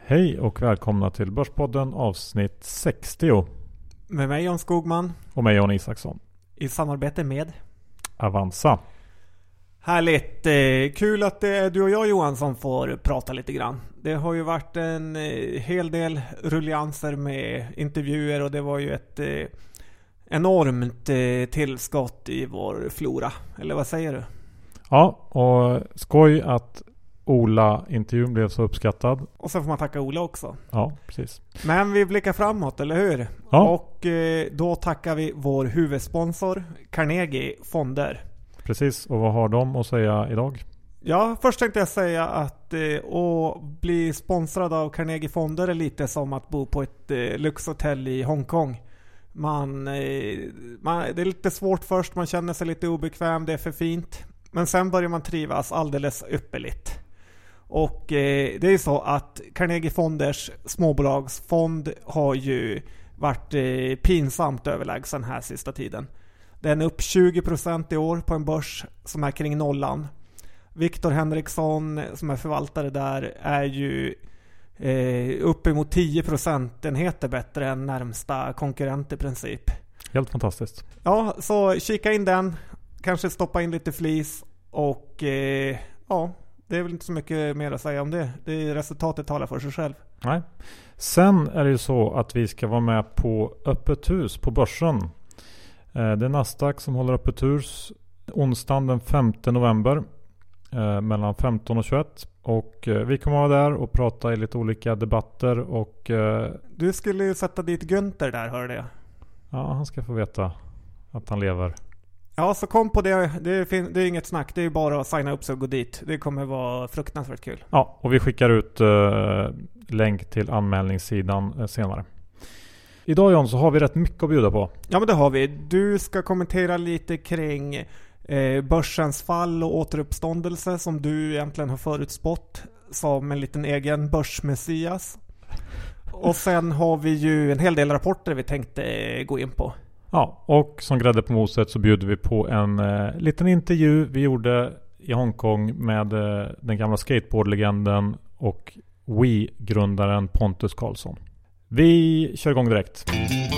Hej och välkomna till Börspodden avsnitt 60. Med mig Jan Skogman. Och mig Jan Isaksson. I samarbete med Avanza. Härligt. Kul att det är du och jag Johan som får prata lite grann. Det har ju varit en hel del rullianser med intervjuer och det var ju ett enormt tillskott i vår flora. Eller vad säger du? Ja, och skoj att Ola-intervjun blev så uppskattad. Och så får man tacka Ola också. Ja, precis. Men vi blickar framåt, eller hur? Ja. Och då tackar vi vår huvudsponsor Carnegie Fonder. Precis, och vad har de att säga idag? Ja, först tänkte jag säga att att bli sponsrad av Carnegie Fonder är lite som att bo på ett lyxhotell i Hongkong. Det är lite svårt först, man känner sig lite obekväm, det är för fint. Men sen börjar man trivas alldeles ypperligt. Och det är ju så att Carnegie Fonders småbolagsfond har ju varit pinsamt överlägsen här sista tiden. Den är upp 20% i år på en börs som är kring nollan. Viktor Henriksson som är förvaltare där är ju uppemot 10% bättre än närmsta konkurrent i princip. Helt fantastiskt. Ja, så kika in den. Kanske stoppa in lite flis och ja, det är väl inte så mycket mer att säga om det. Resultatet talar för sig själv. Nej. Sen är det ju så att vi ska vara med på öppet hus på börsen. Det är Nasdaq som håller öppet hus onsdagen den 5 november mellan 15 och 21. Och vi kommer vara där och prata i lite olika debatter. Och du skulle ju sätta dit Günther där, hörde jag. Ja, han ska få veta att han lever. Ja, så kom på det. Det är inget snack. Det är bara att signa upp sig och gå dit. Det kommer vara fruktansvärt kul. Ja, och vi skickar ut länk till anmälningssidan senare. Idag John så har vi rätt mycket att bjuda på. Ja, men det har vi. Du ska kommentera lite kring börsens fall och återuppståndelse som du egentligen har förutspått som en liten egen börsmessias. Och sen har vi ju en hel del rapporter vi tänkte gå in på. Ja, och som grädde på moset så bjuder vi på en liten intervju vi gjorde i Hongkong med den gamla skateboardlegenden och Wii-grundaren Pontus Karlsson. Vi kör igång direkt.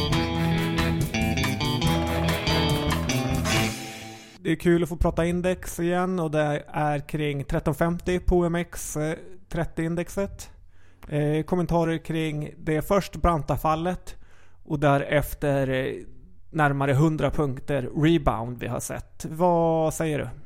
Det är kul att få prata index igen och det är kring 1350 på OMX30-indexet. Kommentarer kring det först branta fallet och därefter närmare 100 punkter rebound vi har sett. Vad säger du?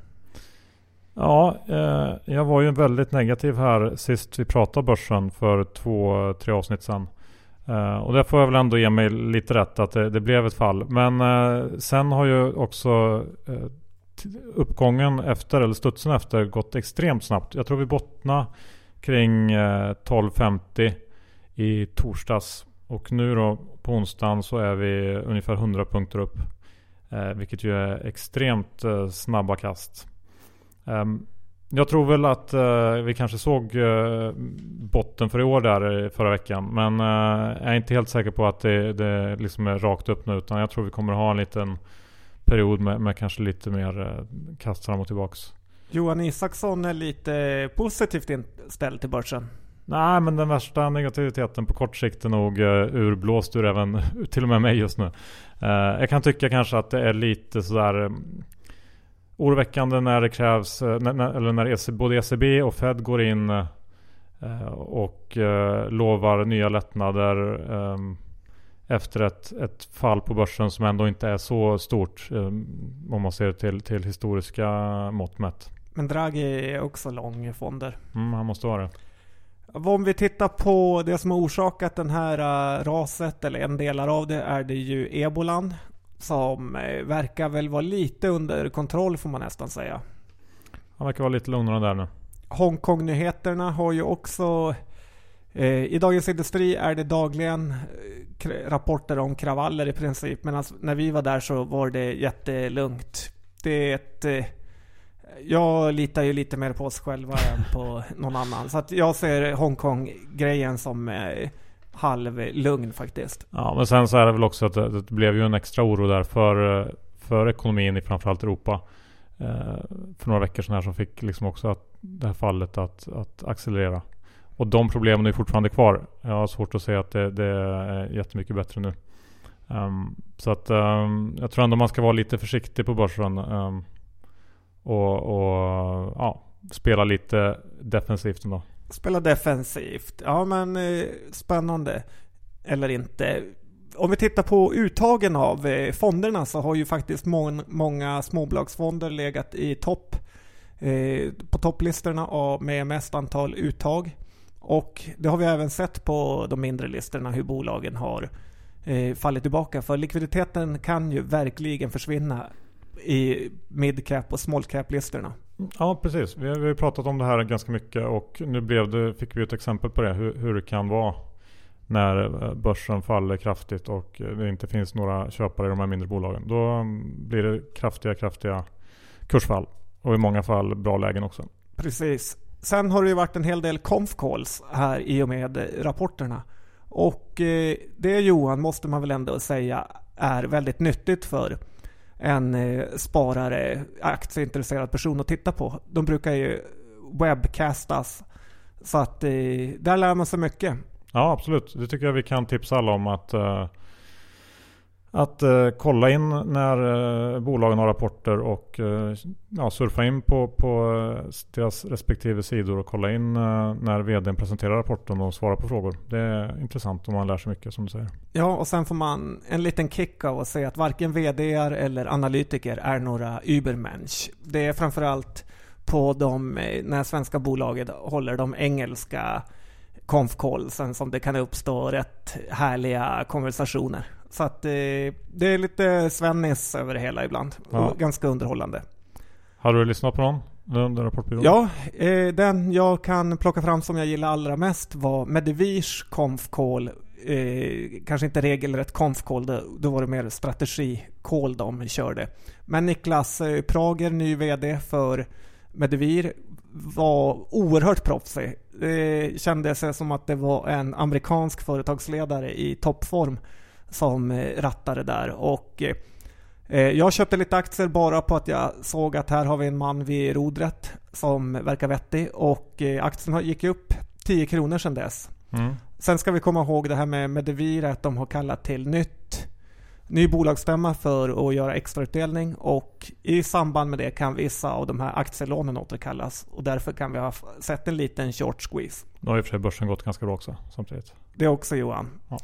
Ja, jag var ju väldigt negativ här sist vi pratade börsen för 2-3 avsnitt sedan. Och där får jag väl ändå ge mig lite rätt att det blev ett fall. Men sen har ju också uppgången efter, eller studsen efter, gått extremt snabbt. Jag tror vi bottnar kring 1250 i torsdags. Och nu då på onsdagen så är vi ungefär 100 punkter upp. Vilket ju är extremt snabba kast. Jag tror väl att vi kanske såg botten för i år där förra veckan. Men jag är inte helt säker på att det liksom är rakt upp nu. Utan jag tror vi kommer ha en liten period med kanske lite mer kast fram och tillbaks. Johan Isaksson är lite positivt inställd till börsen. Nej, men den värsta negativiteten på kort sikt är nog urblåst ur även till och med mig just nu. Jag kan tycka kanske att det är lite sådär oroväckande när det krävs när både ECB och Fed går in och lovar nya lättnader efter ett fall på börsen som ändå inte är så stort om man ser till historiska mått mätt. Men Draghi är också lång fonder. Han måste vara det. Om vi tittar på det som har orsakat den här raset, eller en delar av det, är det ju ebolan som verkar väl vara lite under kontroll, får man nästan säga. Han verkar vara lite lugnare där nu. Hongkong-nyheterna har ju också i Dagens Industri är det dagligen rapporter om kravaller i princip, men när vi var där så var det jättelugnt. Jag litar ju lite mer på oss själva än på någon annan. Så att jag ser Hongkong-grejen som halvlugn faktiskt. Ja, men sen så är det väl också att det blev ju en extra oro där för ekonomin i framförallt Europa. För några veckor sedan här som fick liksom också det här fallet att accelerera. Och de problemen är fortfarande kvar. Jag har svårt att säga att det är jättemycket bättre nu. Så att jag tror ändå man ska vara lite försiktig på börsen. Och spela lite defensivt ändå. Spela defensivt. Ja, men spännande. Eller inte. Om vi tittar på uttagen av fonderna så har ju faktiskt många småbolagsfonder legat i topp. På topplistorna med mest antal uttag. Och det har vi även sett på de mindre listorna hur bolagen har fallit tillbaka. För likviditeten kan ju verkligen försvinna i midcap och smallcap-listorna. Ja, precis. Vi har ju pratat om det här ganska mycket och nu fick vi ett exempel på det. Hur det kan vara när börsen faller kraftigt och det inte finns några köpare i de här mindre bolagen. Då blir det kraftiga kursfall och i många fall bra lägen också. Precis. Sen har det ju varit en hel del conf calls här i och med rapporterna. Och det, Johan, måste man väl ändå säga är väldigt nyttigt för en sparare, aktieintresserad person att titta på. De brukar ju webcastas, så att där lär man sig mycket. Ja, absolut. Det tycker jag vi kan tipsa alla om att kolla in när bolagen har rapporter och surfa in på deras respektive sidor och kolla in när vdn presenterar rapporten och svarar på frågor. Det är intressant om man lär sig mycket, som du säger. Ja, och sen får man en liten kick av att säga att varken vd:ar eller analytiker är några Übermensch. Det är framförallt på när svenska bolaget håller de engelska conf-callsen som det kan uppstå rätt härliga konversationer. Så att det är lite svennis över det hela ibland. Ja. Och ganska underhållande. Har du lyssnat på någon? Den rapportbyrån? Ja, den jag kan plocka fram som jag gillar allra mest var Medivirs conf-call. Kanske inte regelrätt conf-call, då var det mer strategi-call de körde. Men Niklas Prager, ny vd för Medivir, var oerhört proffsig. Det kändes som att det var en amerikansk företagsledare i toppform som rattade där. Och jag köpte lite aktier bara på att jag såg att här har vi en man vid rodret som verkar vettig. Och aktien gick upp 10 kronor sedan dess. Sen ska vi komma ihåg det här med Medivir, att de har kallat till ny bolagsstämma för att göra extrautdelning, och i samband med det kan vissa av de här aktielånen återkallas, och därför kan vi ha sett en liten short squeeze. Nu har i och för sig börsen gått ganska bra också samtidigt. Det också, Johan. Ja.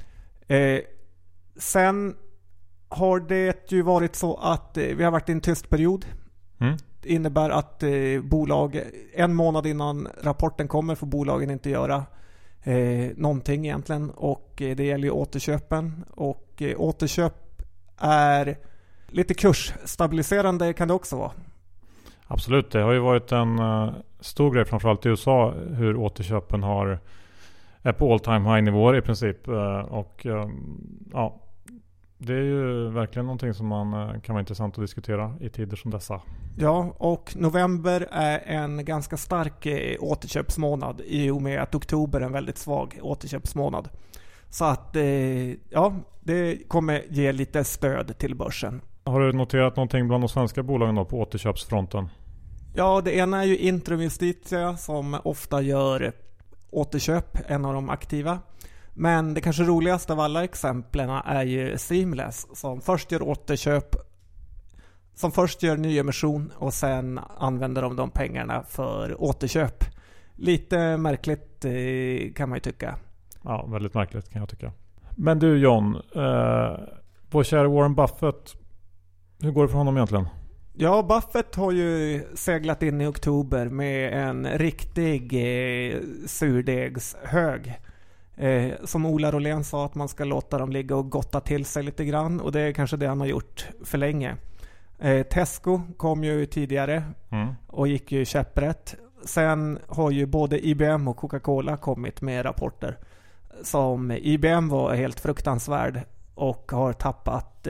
Sen har det ju varit så att vi har varit i en tyst period. Det innebär att bolag, en månad innan rapporten kommer, får bolagen inte göra någonting egentligen, och det gäller ju återköpen, och återköp är lite kursstabiliserande, kan det också vara. Absolut, det har ju varit en stor grej framförallt i USA hur återköpen är på all time high nivåer i princip, och det är ju verkligen någonting som man kan vara intressant att diskutera i tider som dessa. Ja, och november är en ganska stark återköpsmånad i och med att oktober är en väldigt svag återköpsmånad. Så att det kommer ge lite stöd till börsen. Har du noterat någonting bland de svenska bolagen då på återköpsfronten? Ja, det ena är ju Intrum Justitia som ofta gör återköp, en av de aktiva. Men det kanske roligaste av alla exemplen är ju Seamless som först gör återköp, som först gör nyemission och sen använder de pengarna för återköp. Lite märkligt kan man ju tycka. Ja, väldigt märkligt kan jag tycka. Men du John, vår kära Warren Buffett, hur går det för honom egentligen? Ja, Buffett har ju seglat in i oktober med en riktig surdegshög. Som Ola Rolén sa, att man ska låta dem ligga och gotta till sig lite grann, och det är kanske det han har gjort för länge. Tesco kom ju tidigare och gick ju käpprätt. Sen har ju både IBM och Coca-Cola kommit med rapporter som IBM var helt fruktansvärd och har tappat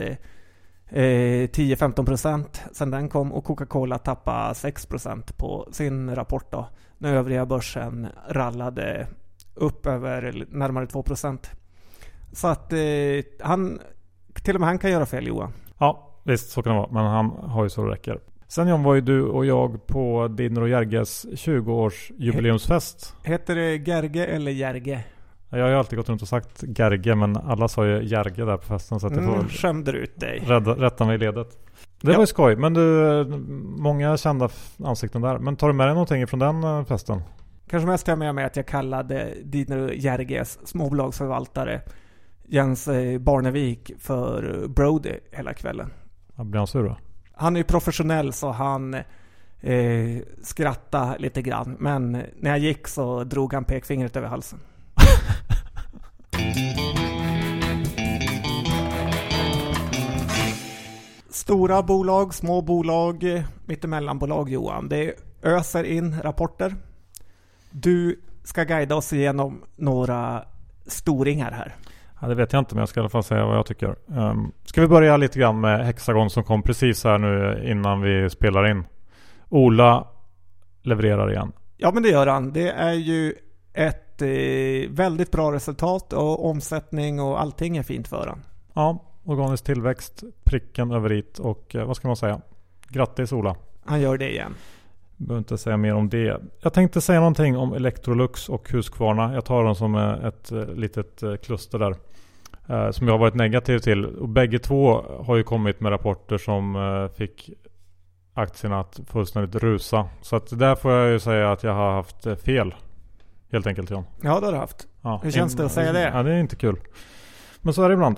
10-15% sen den kom, och Coca-Cola tappade 6% på sin rapport då, när övriga börsen rallade upp över närmare 2%. Så att till och med han kan göra fel, Johan. Ja, visst, så kan det vara. Men han har ju så det räcker. Sen John var ju du och jag på Dinner och Jerges 20-års jubileumsfest. Heter det Gerge eller Jerge? Jag har ju alltid gått runt och sagt Gerge, men alla sa ju Jerge där på festen, så att jag får skämde ut dig. Rätta mig i ledet. Det var ju skoj, men du, många kända ansikten där. Men tar du med dig någonting från den festen? Kanske mest jag med mig att jag kallade Dinner och Jerges småbolagsförvaltare Jens Barnevik för Brody hela kvällen. Ja, blir han sur då? Han är ju professionell, så han skrattade lite grann. Men när jag gick så drog han pekfingret över halsen. Stora bolag, små bolag, mittemellanbolag, Johan. Det öser in rapporter. Du ska guida oss igenom några storingar här. Ja, det vet jag inte, men jag ska i alla fall säga vad jag tycker. Ska vi börja lite grann med Hexagon som kom precis här nu innan vi spelar in. Ola levererar igen. Ja, men det gör han. Det är ju ett väldigt bra resultat, och omsättning och allting är fint för han. Ja, organisk tillväxt, pricken över it, och vad ska man säga? Grattis Ola. Han gör det igen. Behöver inte säga mer om det. Jag tänkte säga någonting om Electrolux och Husqvarna. Jag tar dem som ett litet kluster där. Som jag har varit negativ till. Och bägge två har ju kommit med rapporter som fick aktierna att fullständigt rusa. Så att där får jag ju säga att jag har haft fel. Helt enkelt, John. Ja, det har du haft. Ja, hur känns det att säga det? Ja, det är inte kul. Men så är det ibland.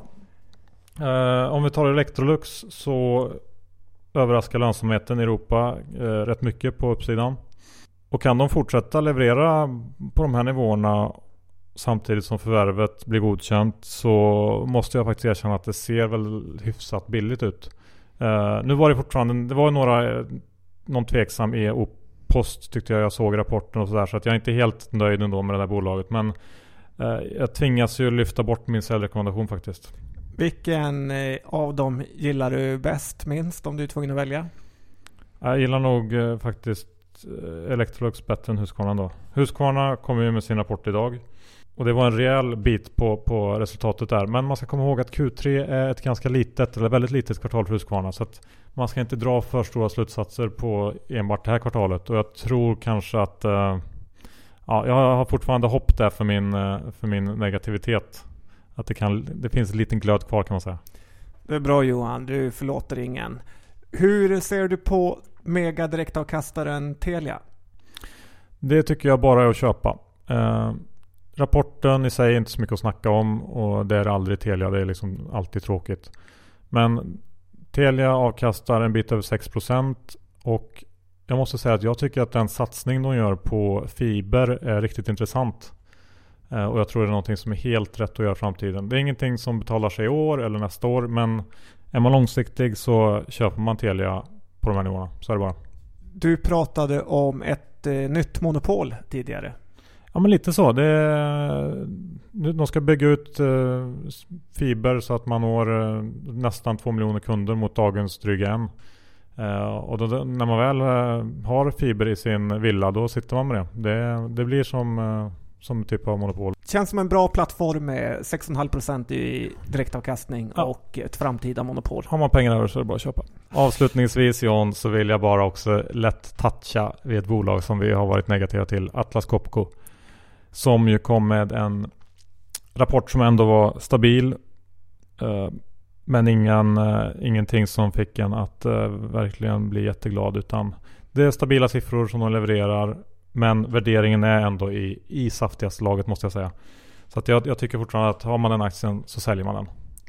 Om vi tar Electrolux så överraskar lönsamheten i Europa rätt mycket på uppsidan. Och kan de fortsätta leverera på de här nivåerna samtidigt som förvärvet blir godkänt, så måste jag faktiskt erkänna att det ser väl hyfsat billigt ut. Nu var det fortfarande, det var någon tveksam post tyckte jag såg rapporten och sådär, så att jag är inte helt nöjd ändå med det där bolaget, men jag tvingas ju lyfta bort min säljrekommendation faktiskt. Vilken av dem gillar du bäst, minst, om du är tvungen att välja? Jag gillar nog faktiskt Electrolux bättre än Husqvarna då. Husqvarna kommer ju med sin rapport idag, och det var en rejäl bit på resultatet där. Men man ska komma ihåg att Q3 är ett ganska litet, eller väldigt litet kvartal för Husqvarna, så att man ska inte dra för stora slutsatser på enbart det här kvartalet. Och jag tror kanske att jag har fortfarande hopp där för min negativitet. Att det finns en liten glöd kvar, kan man säga. Det är bra Johan, du förlåter ingen. Hur ser du på mega direktavkastaren Telia? Det tycker jag bara är att köpa. Rapporten i sig är inte så mycket att snacka om, och det är aldrig Telia, det är liksom alltid tråkigt. Men Telia avkastar en bit över 6%, och jag måste säga att jag tycker att den satsning de gör på fiber är riktigt intressant. Och jag tror det är någonting som är helt rätt att göra i framtiden. Det är ingenting som betalar sig i år eller nästa år, men är man långsiktig så köper man Telia på de här nivåerna. Så är det bara. Du pratade om ett nytt monopol tidigare. Ja, men lite så. De ska bygga ut fiber så att man når nästan 2 miljoner kunder mot dagens dryga 1. Och då, när man väl har fiber i sin villa, då sitter man med det. Det blir som typ av monopol. Känns som en bra plattform med 6,5% i direktavkastning och ett framtida monopol. Har man pengar över så är det bara att köpa. Avslutningsvis John, så vill jag bara också lätt toucha vid ett bolag som vi har varit negativa till, Atlas Copco, som ju kom med en rapport som ändå var stabil, men ingenting som fick en att verkligen bli jätteglad, utan det är stabila siffror som de levererar. Men värderingen är ändå i saftigaste laget, måste jag säga. Så att jag tycker fortfarande att har man den aktien så säljer man den.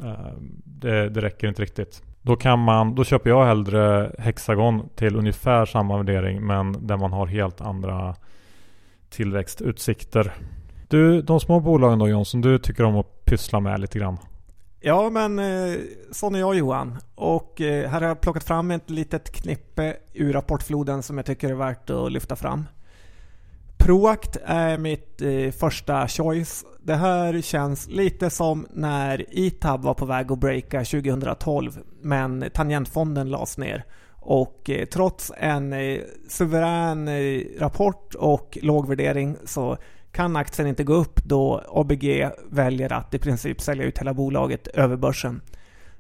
Det räcker inte riktigt. Då köper jag hellre Hexagon till ungefär samma värdering, men där man har helt andra tillväxtutsikter. De små bolagen då, Jonsson, du tycker om att pyssla med lite grann. Ja, men sån är jag, Johan. Och här har jag plockat fram ett litet knippe ur rapportfloden som jag tycker är värt att lyfta fram. Proact är mitt första choice. Det här känns lite som när ITAB var på väg att breaka 2012, men tangentfonden lades ner. Och trots en suverän rapport och låg värdering så kan aktien inte gå upp då ABG väljer att i princip sälja ut hela bolaget över börsen.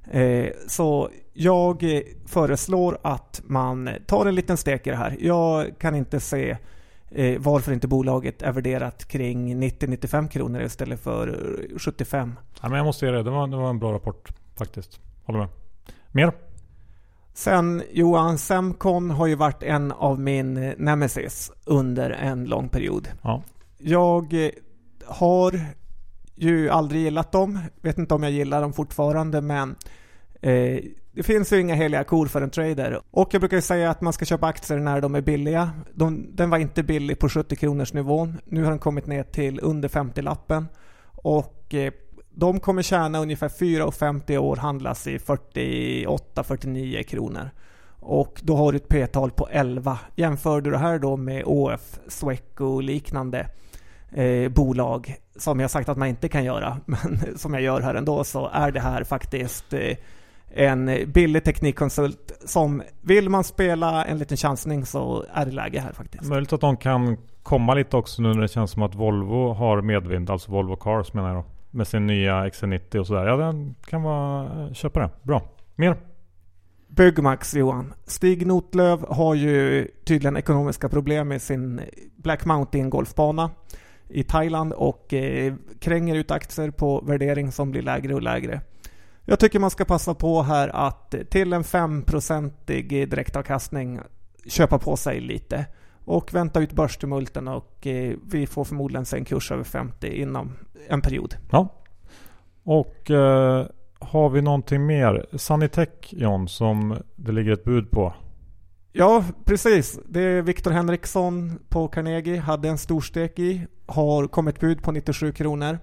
Så jag föreslår att man tar en liten stek i det här. Jag kan inte se varför inte bolaget är värderat kring 90-95 kronor istället för 75. Ja, men jag måste ge det. Det var en bra rapport faktiskt. Håller med. Mer? Sen Johan, Semcon har ju varit en av min nemesis under en lång period. Ja. Jag har ju aldrig gillat dem. Vet inte om jag gillar dem fortfarande, men det finns ju inga heliga kor för en trader. Och jag brukar ju säga att man ska köpa aktier när de är billiga. Den var inte billig på 70 kronors nivån. Nu har den kommit ner till under 50-lappen. Och de kommer tjäna ungefär 4,50 år, handlas i 48-49 kronor. Och då har du ett p-tal på 11. Jämför du det här då med ÅF, Sweco och liknande bolag som jag sagt att man inte kan göra, men som jag gör här ändå, så är det här faktiskt en billig teknikkonsult som vill man spela en liten chansning, så är det läge här faktiskt. Möjligt att de kan komma lite också nu när det känns som att Volvo har medvind, alltså Volvo Cars menar jag då, med sin nya XC90 och sådär. Ja, den kan vara, köpa det. Bra. Mer? Byggmax, Johan. Stig Notlöv har ju tydligen ekonomiska problem med sin Black Mountain golfbana i Thailand och kränger ut aktier på värdering som blir lägre och lägre. Jag tycker man ska passa på här att till en 5% direktavkastning köpa på sig lite och vänta ut börstumulten, och vi får förmodligen se en kurs över 50 inom en period. Ja. Och har vi någonting mer? Sanitech, John, som det ligger ett bud på. Ja, precis. Det är Viktor Henriksson på Carnegie. Hade en stor stek i. Har kommit bud på 97 kronor.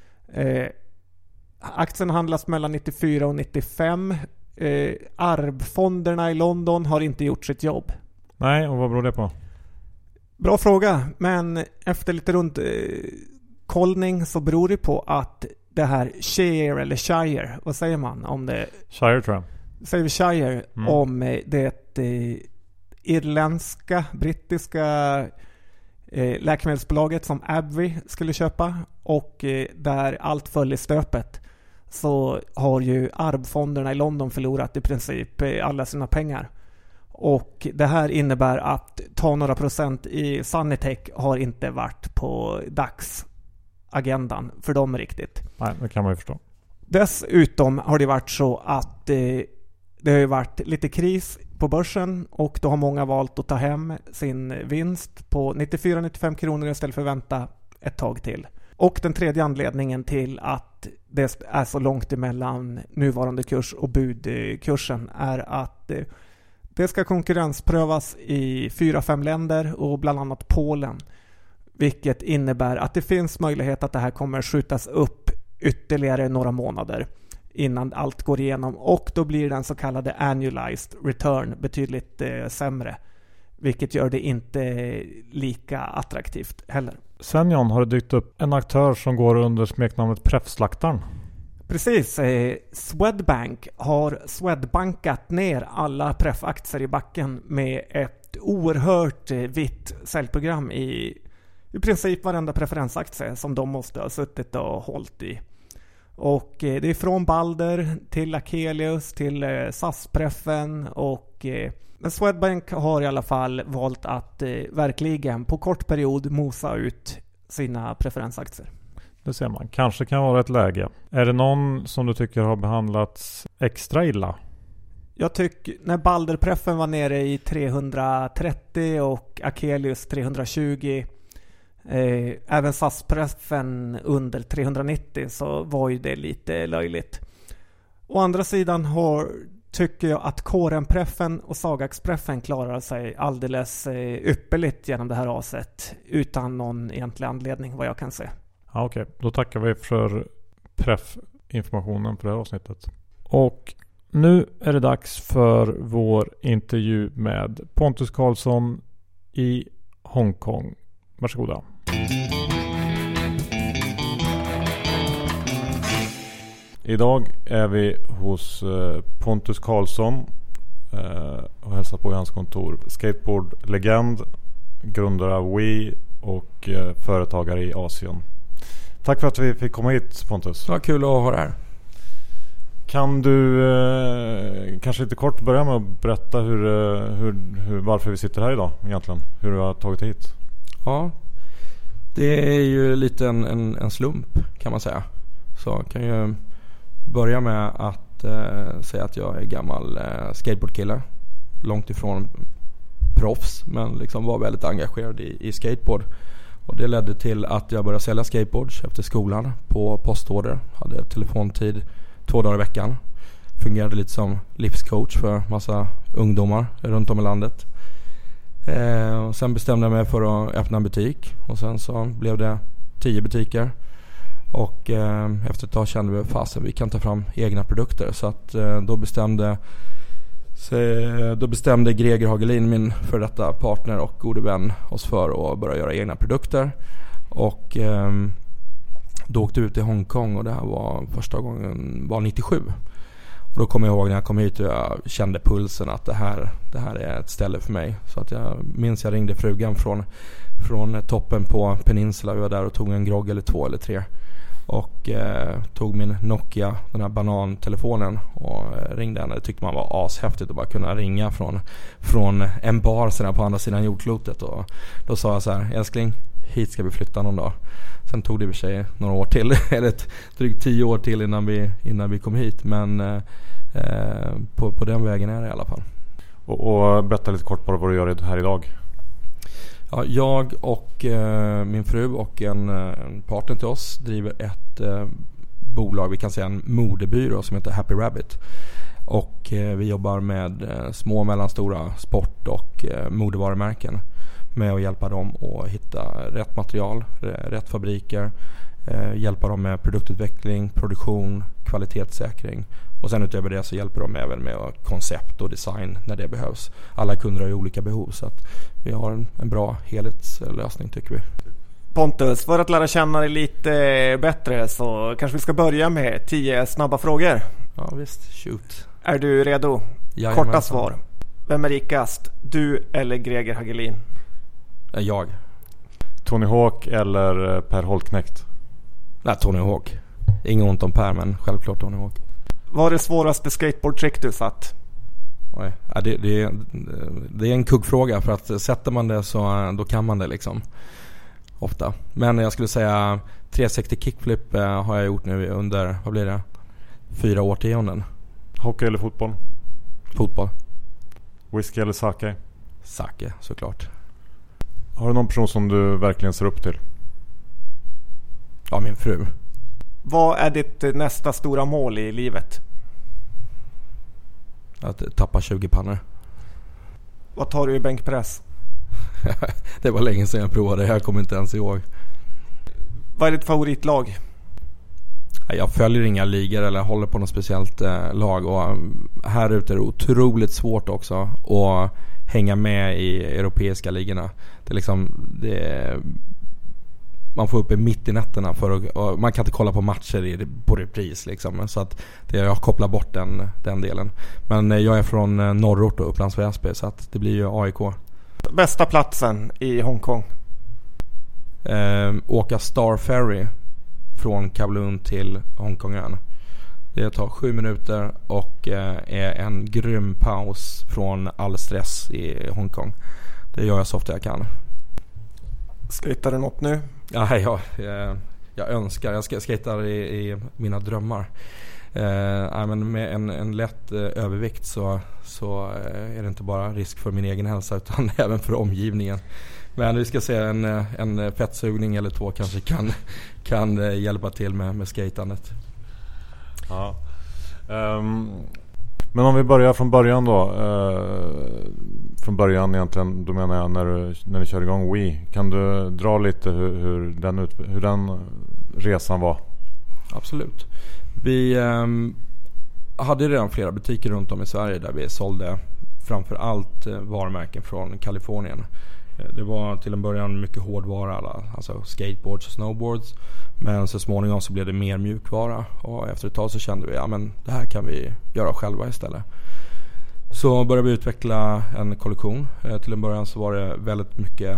Aktien handlas mellan 94 och 95. ARB-fonderna i London har inte gjort sitt jobb. Nej, och vad beror det på? Bra fråga, men efter lite kollning så beror det på att det här Shire, vad säger man om det? Shire tror jag. Säger vi Shire om det brittiska läkemedelsbolaget som AbbVie skulle köpa, och där allt föll i stöpet, så har ju ARB-fonderna i London förlorat i princip alla sina pengar. Och det här innebär att ta några procent i Sanitech har inte varit på dagsagendan för dem riktigt. Nej, det kan man ju förstå. Dessutom har det varit så att det har varit lite kris på börsen, och då har många valt att ta hem sin vinst på 94-95 kronor istället för att vänta ett tag till. Och den tredje anledningen till att det är så långt emellan nuvarande kurs och budkursen är att det ska konkurrensprövas i 4-5 länder och bland annat Polen. Vilket innebär att det finns möjlighet att det här kommer skjutas upp ytterligare några månader innan allt går igenom. Och då blir den så kallade annualized return betydligt sämre. Vilket gör det inte lika attraktivt heller. Sen John, har det dykt upp en aktör som går under smeknamnet Preffslaktaren. Precis. Swedbank har Swedbankat ner alla Preff-aktier i backen med ett oerhört vitt säljprogram i princip varenda preferensaktie som de måste ha suttit och hållit i. Och det är från Balder till Akelius till SAS-preffen, och men Swedbank har i alla fall valt att verkligen på kort period mosa ut sina preferensaktier. Det ser man. Kanske kan vara ett läge. Är det någon som du tycker har behandlats extra illa? Jag tycker när Balder-preffen var nere i 330 och Akelius 320, även SAS-preffen under 390, så var ju det lite löjligt. Å andra sidan tycker jag att KRM-preffen och Sagax-preffen klarar sig alldeles ypperligt genom det här raset utan någon egentlig anledning vad jag kan se. Ja, okej. Då tackar vi för preff-informationen för det här avsnittet. Och nu är det dags för vår intervju med Pontus Karlsson i Hongkong. Varsågoda. Idag är vi hos Pontus Karlsson och hälsar på i hans kontor. Skateboardlegend, grundare av Wii och företagare i Asien. Tack för att vi fick komma hit, Pontus. Det var kul att ha det här. Kan du kanske lite kort börja med att berätta varför vi sitter här idag egentligen? Hur du har tagit hit? Ja, det är ju lite en slump kan man säga. Så jag kan ju börja med att säga att jag är gammal skateboardkille. Långt ifrån proffs, men liksom var väldigt engagerad i skateboard. Och det ledde till att jag började sälja skateboards efter skolan på postorder. Hade telefontid 2 dagar i veckan. Fungerade lite som livscoach för massa ungdomar runt om i landet. Och sen bestämde jag mig för att öppna en butik. Och sen så blev det 10 butiker. Och efter ett tag kände vi fasen vi kan ta fram egna produkter. Så att då bestämde Greger Hagelin, min för detta partner och gode vän, oss för att börja göra egna produkter. Och då åkte vi ut till Hongkong, och det här var första gången var 97. Och då kommer jag ihåg när jag kom hit och jag kände pulsen att det här är ett ställe för mig. Så att jag minns jag ringde frugan från toppen på Peninsula. Vi var där och tog en grogg eller 2 eller 3. Och tog min Nokia, den här banantelefonen, och ringde henne. Det tyckte man var ashäftigt att bara kunna ringa från en bar sådär på andra sidan jordklotet. Och då sa jag så här: älskling, hit ska vi flytta någon dag. Sen tog det i och för sig några år till, eller drygt 10 år till innan vi kom hit. Men på den vägen är det i alla fall. Och berätta lite kort bara vad du gör här idag. Ja, jag och min fru och en partner till oss driver ett bolag, vi kan säga en modebyrå som heter Happy Rabbit. Och vi jobbar med små och mellanstora sport- och modevarumärken med att hjälpa dem att hitta rätt material, rätt fabriker, hjälpa dem med produktutveckling, produktion, kvalitetssäkring. Och sen utöver det så hjälper de även med koncept och design när det behövs. Alla kunder har ju olika behov, så att vi har en bra helhetslösning tycker vi. Pontus, för att lära känna dig lite bättre så kanske vi ska börja med 10 snabba frågor. Ja visst, shoot. Är du redo? Jajamän. Korta svar. Vem är rikast? Du eller Greger Hagelin? Jag. Tony Hawk eller Per Holtknekt? Nej, Tony Hawk. Ingen ont om Per, men självklart Tony Hawk. Vad är det svåraste skateboardtrick du satt? Oj. Ja, det är en kuggfråga, för att sätter man det så då kan man det liksom. Ofta. Men jag skulle säga 360 kickflip har jag gjort nu under, vad blir det? 4 årtionden. Hockey eller fotboll? Fotboll. Whisky eller sake? Sake, såklart. Har du någon person som du verkligen ser upp till? Ja, min fru. Vad är ditt nästa stora mål i livet? Att tappa 20 pannor. Vad tar du i bänkpress? Det var länge sedan jag provade. Jag kommer inte ens ihåg. Vad är ditt favoritlag? Jag följer inga ligor eller håller på något speciellt lag. Och här ute är det otroligt svårt också att hänga med i europeiska ligorna. Det är liksom... man får uppe mitt i nätterna och man kan inte kolla på matcher på repris liksom. Så att jag kopplar bort den delen. Men jag är från norrort och Upplands Väsby, så att det blir ju AIK. Bästa platsen i Hongkong? Åka Star Ferry från Kowloon till Hongkongön. Det tar 7 minuter och är en grym paus från all stress i Hongkong. Det gör jag så ofta jag kan. Skejtar du något nu? Ja, jag önskar. Jag skejtar i mina drömmar. Men med en lätt övervikt så är det inte bara risk för min egen hälsa utan även för omgivningen. Men vi ska se en fettsugning eller 2 kanske kan hjälpa till med skejtandet. Ja. Men om vi börjar från början då. Från början egentligen, då menar jag när ni kör igång Wii. Kan du dra lite hur den resan var? Absolut. Vi hade redan flera butiker runt om i Sverige där vi sålde framför allt varumärken från Kalifornien. Det var till en början mycket hårdvara, alltså skateboards och snowboards. Men så småningom så blev det mer mjukvara. Och efter ett tag så kände vi, det här kan vi göra själva istället. Så började vi utveckla en kollektion. Till en början så var det väldigt mycket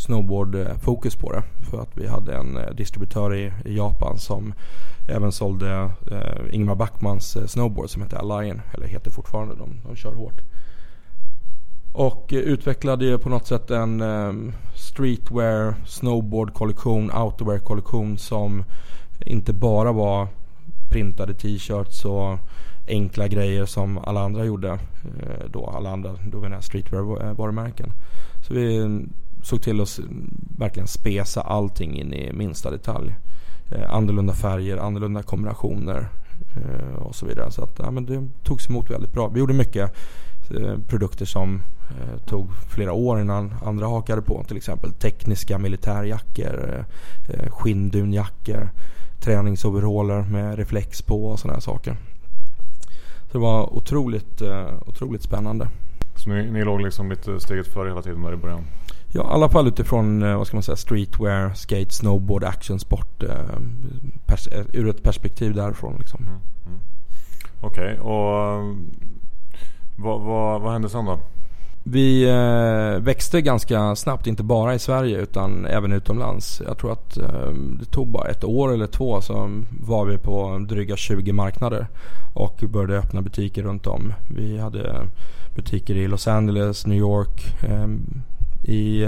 snowboard-fokus på det. För att vi hade en distributör i Japan som även sålde Ingmar Backmans snowboard som heter Allion, eller heter fortfarande, de kör hårt. Och utvecklade ju på något sätt en streetwear, snowboard-kollektion, outdoor-kollektion som inte bara var printade t-shirts och enkla grejer som alla andra gjorde. Då menar jag streetwear-varumärken. Så vi såg till att verkligen spesa allting in i minsta detalj. Annorlunda färger, annorlunda kombinationer och så vidare. Så att, men det togs emot väldigt bra. Vi gjorde mycket produkter som tog flera år innan andra hakade på. Till exempel tekniska militärjackor, skinndunjackor, träningsoveraller med reflex på och sådana här saker. Så det var otroligt spännande. Så ni låg liksom lite steget före hela tiden där i början? Ja, i alla fall utifrån streetwear, skate, snowboard, actionsport ur ett perspektiv därifrån liksom. Okej, och vad hände sen då? Vi växte ganska snabbt, inte bara i Sverige utan även utomlands. Jag tror att det tog bara 1 år eller 2 så var vi på dryga 20 marknader och började öppna butiker runt om. Vi hade butiker i Los Angeles, New York, i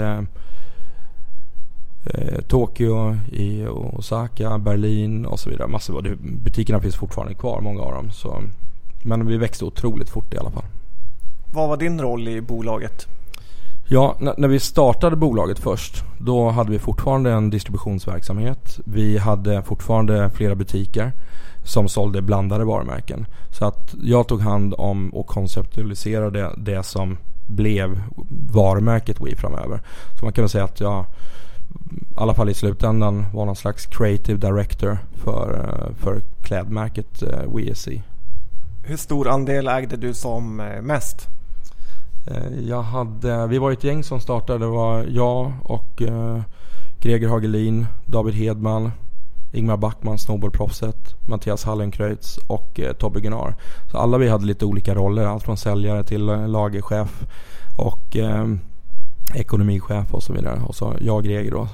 Tokyo, i Osaka, Berlin och så vidare. Massor. Butikerna finns fortfarande kvar, många av dem. Så, men vi växte otroligt fort i alla fall. Vad var din roll i bolaget? Ja, när vi startade bolaget först, då hade vi fortfarande en distributionsverksamhet. Vi hade fortfarande flera butiker som sålde blandade varumärken. Så att jag tog hand om och konceptualiserade det som blev varumärket Wii framöver. Så man kan väl säga att jag i alla fall i slutändan var någon slags creative director för klädmärket WSC. Hur stor andel ägde du som mest? Vi var ett gäng som startade. Det var jag och Greger Hagelin, David Hedman, Ingmar Backman, snowboardproffset, Mattias Hallenkreutz och Tobbe Gunnar. Så alla vi hade lite olika roller, allt från säljare till lagerchef och ekonomichef och så vidare. Och så jag Greger då.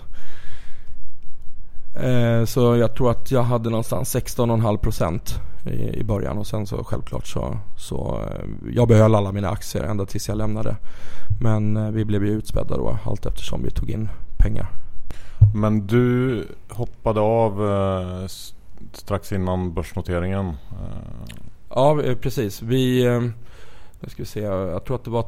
Så jag tror att jag hade någonstans 16,5% i början och sen så självklart så jag behöll alla mina aktier ända tills jag lämnade. Men vi blev ju utspädda då allt eftersom vi tog in pengar. Men du hoppade av strax innan börsnoteringen. Ja, precis. Jag tror att det var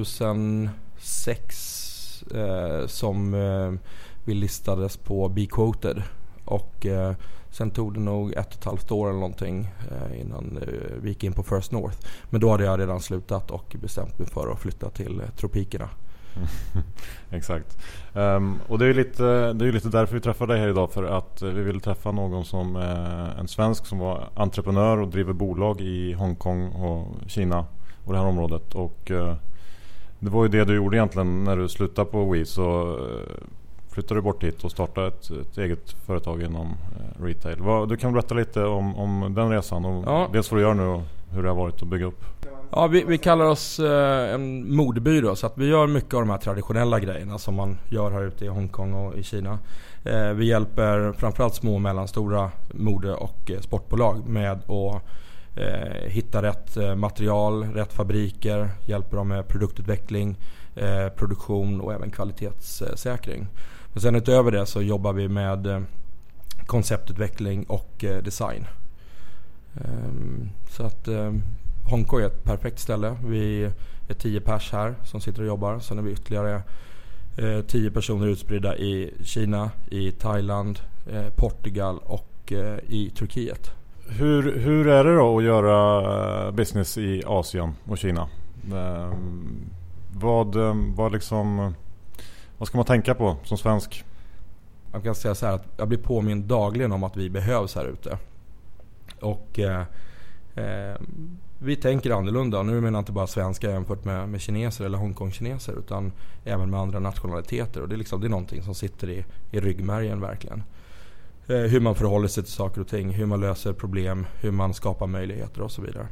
2006 som vi listades på B-Quoted och sen tog det nog 1,5 år eller någonting innan vi gick in på First North. Men då hade jag redan slutat och bestämt mig för att flytta till tropikerna. Exakt. Och det är ju lite därför vi träffar dig här idag, för att vi vill träffa någon som en svensk som var entreprenör och driver bolag i Hongkong och Kina och det här området. Och det var ju det du gjorde egentligen när du slutade på Wii, så flyttade du bort hit och startade ett eget företag inom retail. Du kan berätta lite om den resan och dels vad du gör nu och hur det har varit att bygga upp. Ja, vi kallar oss en modebyrå, så att vi gör mycket av de här traditionella grejerna som man gör här ute i Hongkong och i Kina. Vi hjälper framförallt små och mellanstora mode- och sportbolag med att hitta rätt material, rätt fabriker, hjälper dem med produktutveckling, produktion och även kvalitetssäkring. Men sen utöver det så jobbar vi med konceptutveckling och design. Så att Hongkong är ett perfekt ställe. Vi är 10 pers här som sitter och jobbar. Sen är vi ytterligare 10 personer utspridda i Kina, i Thailand, Portugal och i Turkiet. Hur är det då att göra business i Asien och Kina? Vad ska man tänka på som svensk? Jag kan säga så här att jag blir påmind dagligen om att vi behövs här ute. Och vi tänker annorlunda. Nu menar jag inte bara svenskar jämfört med kineser eller Hongkong-kineser, utan även med andra nationaliteter. Och det är någonting som sitter i ryggmärgen verkligen. Hur man förhåller sig till saker och ting, hur man löser problem, hur man skapar möjligheter och så vidare.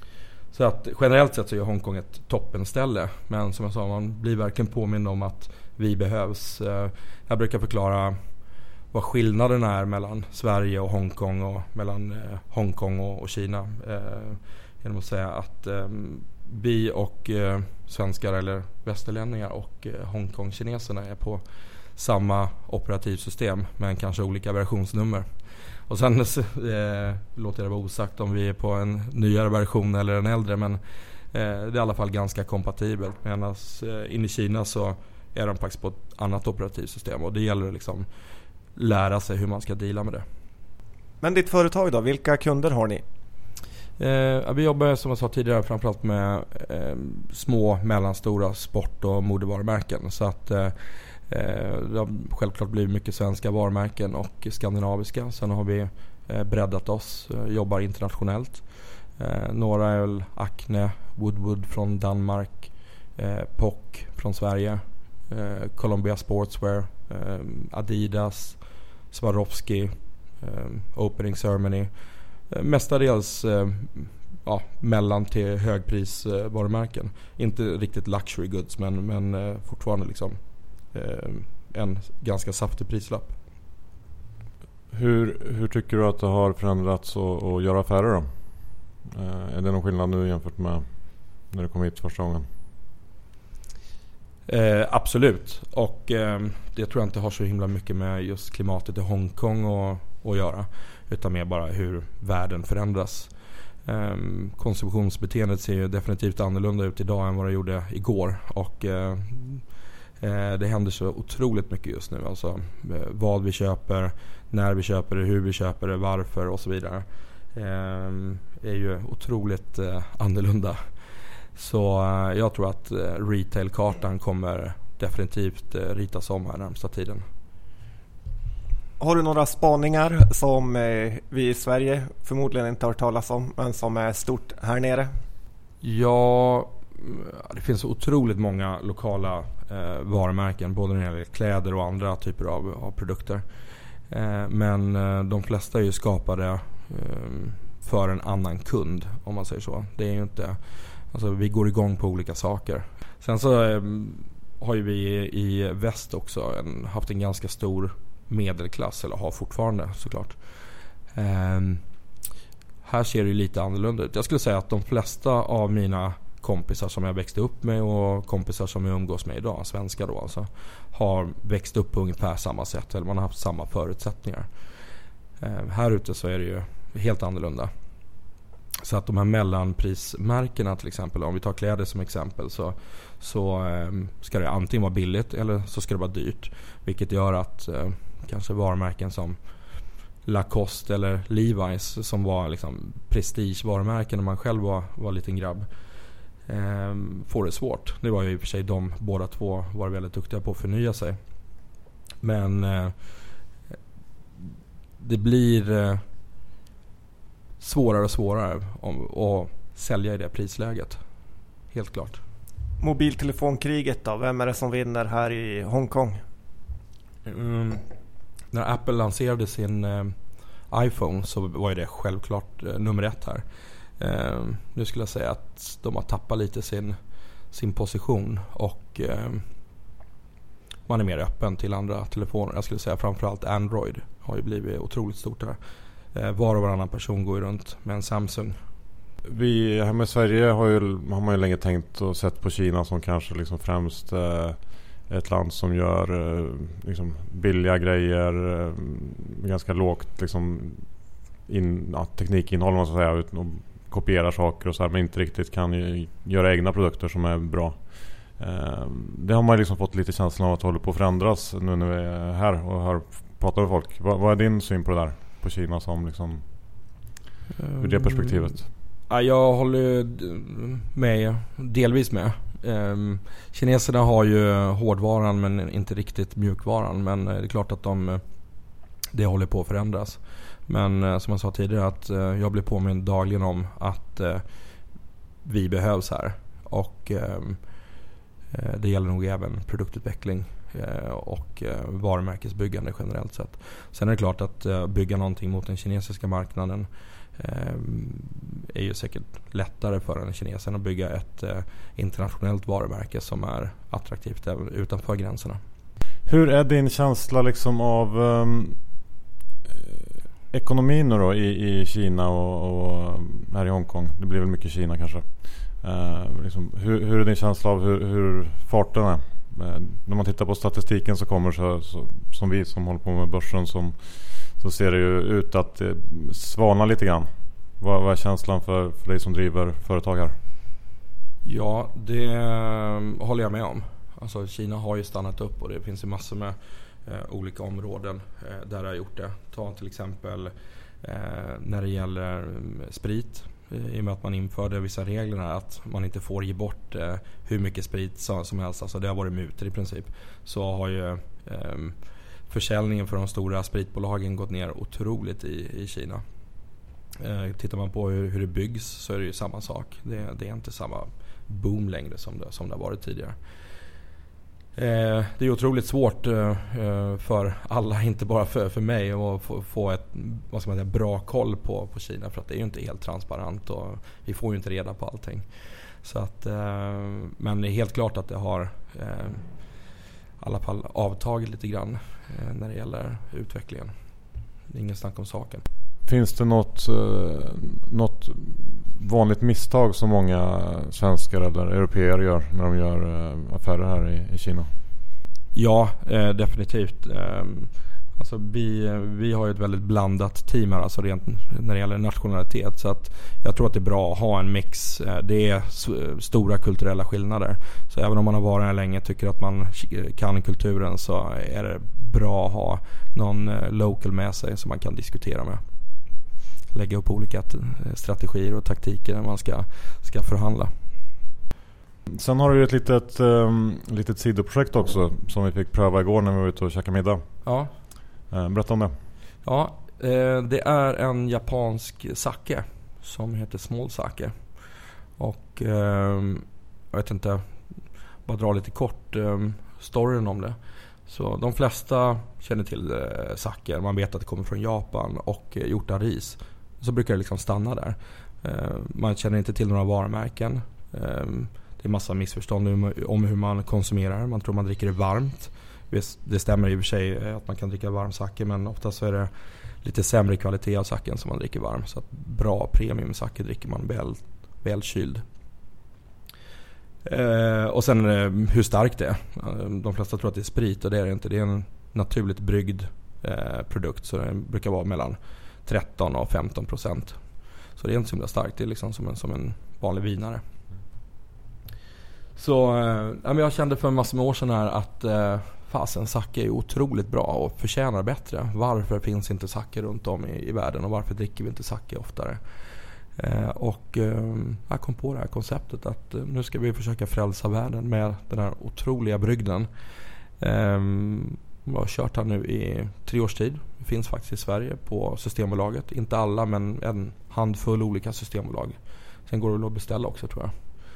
Så att generellt sett så är Hongkong ett toppenställe. Men som jag sa, man blir verkligen påmind om att vi behövs. Jag brukar förklara vad skillnaden är mellan Sverige och Hongkong och mellan Hongkong och Kina. Genom att säga att vi och svenskar eller västerlänningar och Hongkong-kineserna är på samma operativsystem men kanske olika versionsnummer. Och sen låter det vara osagt om vi är på en nyare version eller en äldre, men det är i alla fall ganska kompatibelt. Medan in i Kina så är de faktiskt på ett annat operativsystem och det gäller att liksom lära sig hur man ska deala med det. Men ditt företag då, vilka kunder har ni? Vi jobbar som jag sa tidigare framförallt med små, mellanstora sport- och modevarumärken. Så att det har självklart blivit mycket svenska varumärken och skandinaviska. Sen har vi breddat oss, jobbar internationellt. Några är väl Acne, Woodwood från Danmark, POC från Sverige, Columbia Sportswear, Adidas, Swarovski, Opening Ceremony. Mestadels mellan till högprisvarumärken. Inte riktigt luxury goods men fortfarande liksom en ganska saftig prislapp. Hur tycker du att det har förändrats att göra affärer då? Är det någon skillnad nu jämfört med när du kom hit första gången? Absolut. Och det tror jag inte har så himla mycket med just klimatet i Hongkong att göra. Utan mer bara hur världen förändras. Konsumtionsbeteendet ser ju definitivt annorlunda ut idag än vad det gjorde igår. Och det händer så otroligt mycket just nu. Alltså vad vi köper, när vi köper det, hur vi köper det, varför och så vidare. Är ju otroligt annorlunda. Så jag tror att retailkartan kommer definitivt ritas om här närmsta tiden. Har du några spaningar som vi i Sverige förmodligen inte har hört talas om men som är stort här nere? Ja, det finns otroligt många lokala varumärken både när det gäller kläder och andra typer av produkter. Men de flesta är ju skapade för en annan kund om man säger så. Det är ju inte, alltså vi går igång på olika saker. Sen så har ju vi i väst också haft en ganska stor medelklass, eller har fortfarande såklart. Här ser det ju lite annorlunda ut. Jag skulle säga att de flesta av mina kompisar som jag växte upp med och kompisar som jag umgås med idag, svenskar då alltså, har växt upp på ungefär samma sätt, eller man har haft samma förutsättningar. Här ute så är det ju helt annorlunda. Så att de här mellanprismärkena till exempel, om vi tar kläder som exempel, så ska det antingen vara billigt eller så ska det vara dyrt. Vilket gör att kanske varumärken som Lacoste eller Levi's, som var liksom prestigevarumärken när man själv var liten grabb, får det svårt. Det var ju i och för sig de båda två var väldigt duktiga på att förnya sig. Men det blir svårare och svårare att sälja i det prisläget. Helt klart. Mobiltelefonkriget då? Vem är det som vinner här i Hongkong? När Apple lanserade sin iPhone så var det självklart nummer 1 här. Nu skulle jag säga att de har tappat lite sin position och man är mer öppen till andra telefoner. Jag skulle säga framförallt Android har ju blivit otroligt stort här. Var och varannan person går ju runt med en Samsung. Vi här med Sverige har man ju länge tänkt och sett på Kina som kanske liksom främst ett land som gör liksom billiga grejer, ganska lågt liksom teknikinnehåll, man ska säga, utan att kopiera saker och så här, men inte riktigt kan göra egna produkter som är bra. Det har man liksom fått lite känslan av att hålla på att förändras nu när vi är här och pratar med folk. Vad är din syn på det där? På Kina som liksom ur det perspektivet? Jag håller med, delvis med. Kineserna har ju hårdvaran men inte riktigt mjukvaran, men det är klart att det håller på att förändras. Men som jag sa tidigare, att jag blir påmind dagligen om att vi behövs här, och det gäller nog även produktutveckling och varumärkesbyggande generellt sett. Sen är det klart att bygga någonting mot den kinesiska marknaden är ju säkert lättare för en kinesen att bygga ett internationellt varumärke som är attraktivt även utanför gränserna. Hur är din känsla liksom av ekonomin då i Kina och här i Hongkong? Det blir väl mycket Kina kanske. Liksom, hur är din känsla av hur farten är? När man tittar på statistiken så kommer så som vi som håller på med börsen så ser det ju ut att svalna lite grann. Vad är känslan för dig som driver företag här? Ja, det håller jag med om. Alltså Kina har ju stannat upp och det finns ju massor med olika områden där det har gjort det. Ta till exempel när det gäller sprit. I och med att man införde vissa regler här, att man inte får ge bort hur mycket sprit som helst. Alltså det har varit mutor i princip. Så har ju försäljningen för de stora spritbolagen gått ner otroligt i Kina. Tittar man på hur det byggs så är det ju samma sak. Det är inte samma boom längre som det har varit tidigare. Det är otroligt svårt för alla, inte bara för mig, att få ett bra koll på Kina, för att det är ju inte helt transparent och vi får ju inte reda på allting. Så att, men det är helt klart att det har i alla fall avtagit lite grann när det gäller utvecklingen. Det är ingen snack om saken. Finns det något vanligt misstag som många svenskar eller europeer gör när de gör affärer här i Kina? Ja, definitivt. Alltså vi har ju ett väldigt blandat team här, alltså rent när det gäller nationalitet, så att jag tror att det är bra att ha en mix. Det är stora kulturella skillnader, så även om man har varit här länge, tycker att man kan kulturen, så är det bra att ha någon local med sig som man kan diskutera med. Lägga upp olika strategier och taktiker när man ska förhandla. Sen har du ju ett litet sidoprojekt också som vi fick pröva igår när vi var ute och käkade middag. Ja. Berätta om det. Ja, det är en japansk sake som heter Small Sake. Och jag vet inte, bara dra lite kort storyn om det. Så de flesta känner till sake. Man vet att det kommer från Japan och gjort av ris. Så brukar det liksom stanna där. Man känner inte till några varumärken. Det är massa missförstånd om hur man konsumerar. Man tror man dricker det varmt. Det stämmer i och för sig att man kan dricka varm sake, men ofta så är det lite sämre kvalitet av saken som man dricker varm. Så att bra premium sake dricker man väl kyld. Och sen hur starkt det är. De flesta tror att det är sprit, och det är det inte. Det är en naturligt bryggd produkt, så det brukar vara mellan 13 och 15%. Så det är inte så himla starkt. Det är liksom som en vanlig vinare. Så jag kände för en massa år sedan här att fasen, sake är otroligt bra och förtjänar bättre. Varför finns inte sake runt om i världen, och varför dricker vi inte sake oftare? Och jag kom på det här konceptet att nu ska vi försöka frälsa världen med den här otroliga brygden. Jag har kört här nu i 3 års tid. Det finns faktiskt i Sverige på Systembolaget. Inte alla, men en handfull olika systembolag. Sen går det att beställa också, tror jag.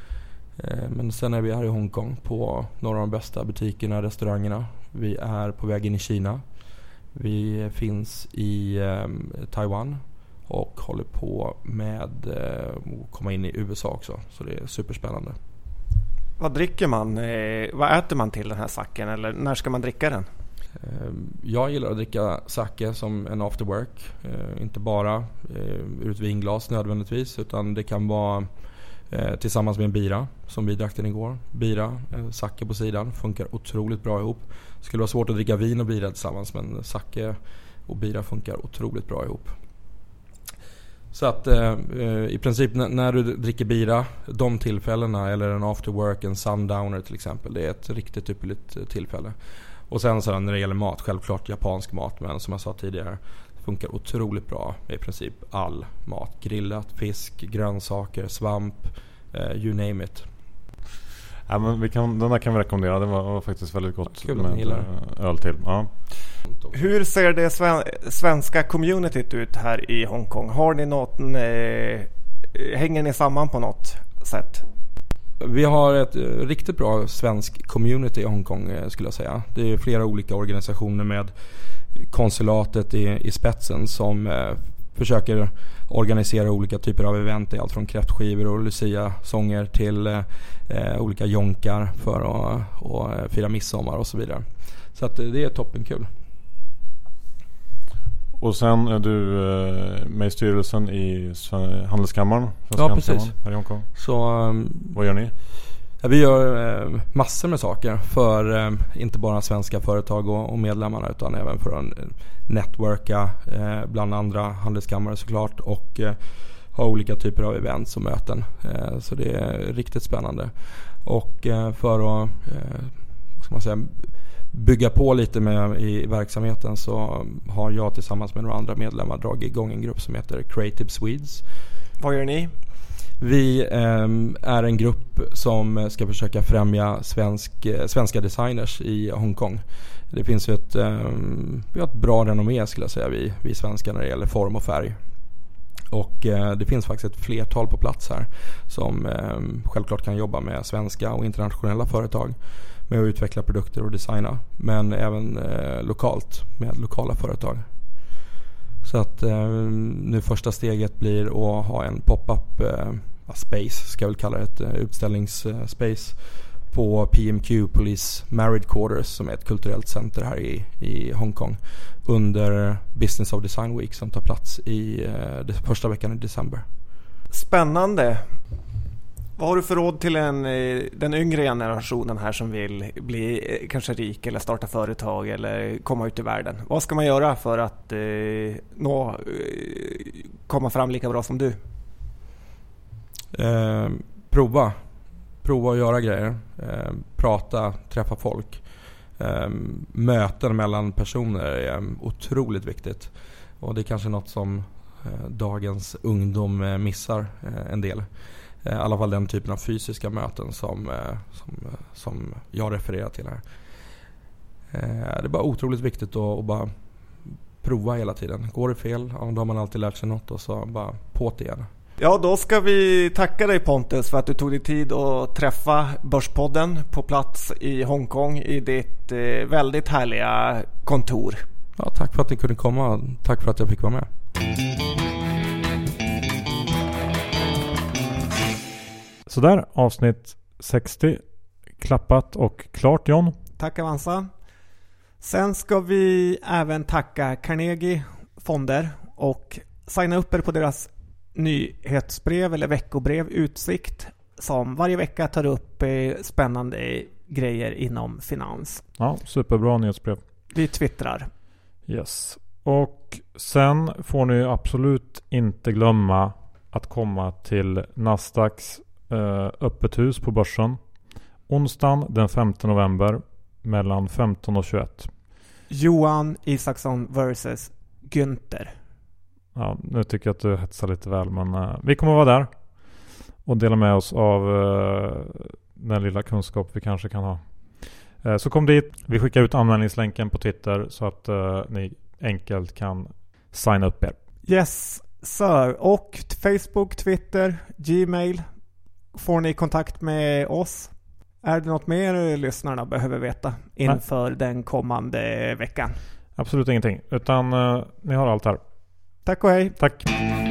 Men sen är vi här i Hongkong på några av de bästa butikerna och restaurangerna. Vi är på väg in i Kina. Vi finns i Taiwan och håller på med att komma in i USA också. Så det är superspännande. Vad dricker man? Vad äter man till den här saken? Eller när ska man dricka den? Jag gillar att dricka sake som en after work. Inte bara ur ett vinglas nödvändigtvis, utan det kan vara tillsammans med en bira, som vi drack den igår. Bira, sake på sidan, funkar otroligt bra ihop. Det skulle vara svårt att dricka vin och bira tillsammans, men sake och bira funkar otroligt bra ihop. Så att i princip när du dricker bira, de tillfällena, eller en after work, en sundowner till exempel, det är ett riktigt ypperligt tillfälle. Och sen så när det gäller mat, självklart japansk mat, men som jag sa tidigare, funkar otroligt bra med i princip all mat. Grillat, fisk, grönsaker, svamp, you name it. Ja, men den där kan vi rekommendera. Det var faktiskt väldigt gott med öl till. Ja. Hur ser det svenska communityt ut här i Hongkong? Har ni något, hänger ni samman på något sätt? Vi har ett riktigt bra svensk community i Hongkong, skulle jag säga. Det är flera olika organisationer med konsulatet i spetsen som försöker organisera olika typer av event, allt från kräftskivor och Lucia-sånger till olika jonkar för att fira midsommar och så vidare. Så att det är toppenkul. Och sen är du med i styrelsen i Handelskammaren. Ja, precis. Här i Hongkong. Så, vad gör ni? Ja, vi gör massor med saker för inte bara svenska företag och medlemmarna, utan även för att networka bland andra handelskammare såklart, och ha olika typer av events och möten. Så det är riktigt spännande. Och för att vad ska man säga, bygga på lite med i verksamheten, så har jag tillsammans med några andra medlemmar dragit igång en grupp som heter Creative Swedes. Vad gör ni? Vi är en grupp som ska försöka främja svenska designers i Hongkong. Det finns ju vi har ett bra renommé, skulle jag säga, vi svenskar när det gäller form och färg. Och det finns faktiskt ett flertal på plats här som självklart kan jobba med svenska och internationella företag med att utveckla produkter och designa, men även lokalt med lokala företag. Så att nu första steget blir att ha en pop-up space, ska jag väl kalla det, ett utställningsspace på PMQ Police Married Quarters, som är ett kulturellt center här i Hongkong, under Business of Design Week som tar plats i första veckan i december. Spännande. Vad har du för råd till den yngre generationen här som vill bli kanske rik eller starta företag eller komma ut i världen? Vad ska man göra för att komma fram lika bra som du? Prova att göra grejer. Prata, träffa folk. Möten mellan personer är otroligt viktigt. Och det är kanske något som dagens ungdom missar en del. I alla fall den typen av fysiska möten som jag refererar till här. Det är bara otroligt viktigt att bara prova hela tiden. Går det fel, då har man alltid lärt sig något, och så bara på det igen. Ja, då ska vi tacka dig, Pontus, för att du tog dig tid att träffa Börspodden på plats i Hongkong i ditt väldigt härliga kontor. Ja, tack för att ni kunde komma. Tack för att jag fick vara med. Så där, avsnitt 60 klappat och klart, John. Tack Avanza. Sen ska vi även tacka Carnegie Fonder och signa upp er på deras nyhetsbrev eller veckobrev Utsikt, som varje vecka tar upp spännande grejer inom finans. Ja, superbra nyhetsbrev. Vi twittrar. Yes. Och sen får ni absolut inte glömma att komma till Nasdaqs öppet hus på börsen onsdagen den 5 november mellan 15 och 21. Johan Isaksson versus Günther. Ja, nu tycker jag att du hetsar lite väl, men vi kommer vara där och dela med oss av den lilla kunskap vi kanske kan ha. Så kom dit. Vi skickar ut anmälningslänken på Twitter så att ni enkelt kan signa upp er. Yes, sir. Och Facebook, Twitter, Gmail får ni kontakt med oss. Är det något mer lyssnarna behöver veta inför den kommande veckan? Absolut ingenting, utan ni har allt här. Tack och hej. Tack.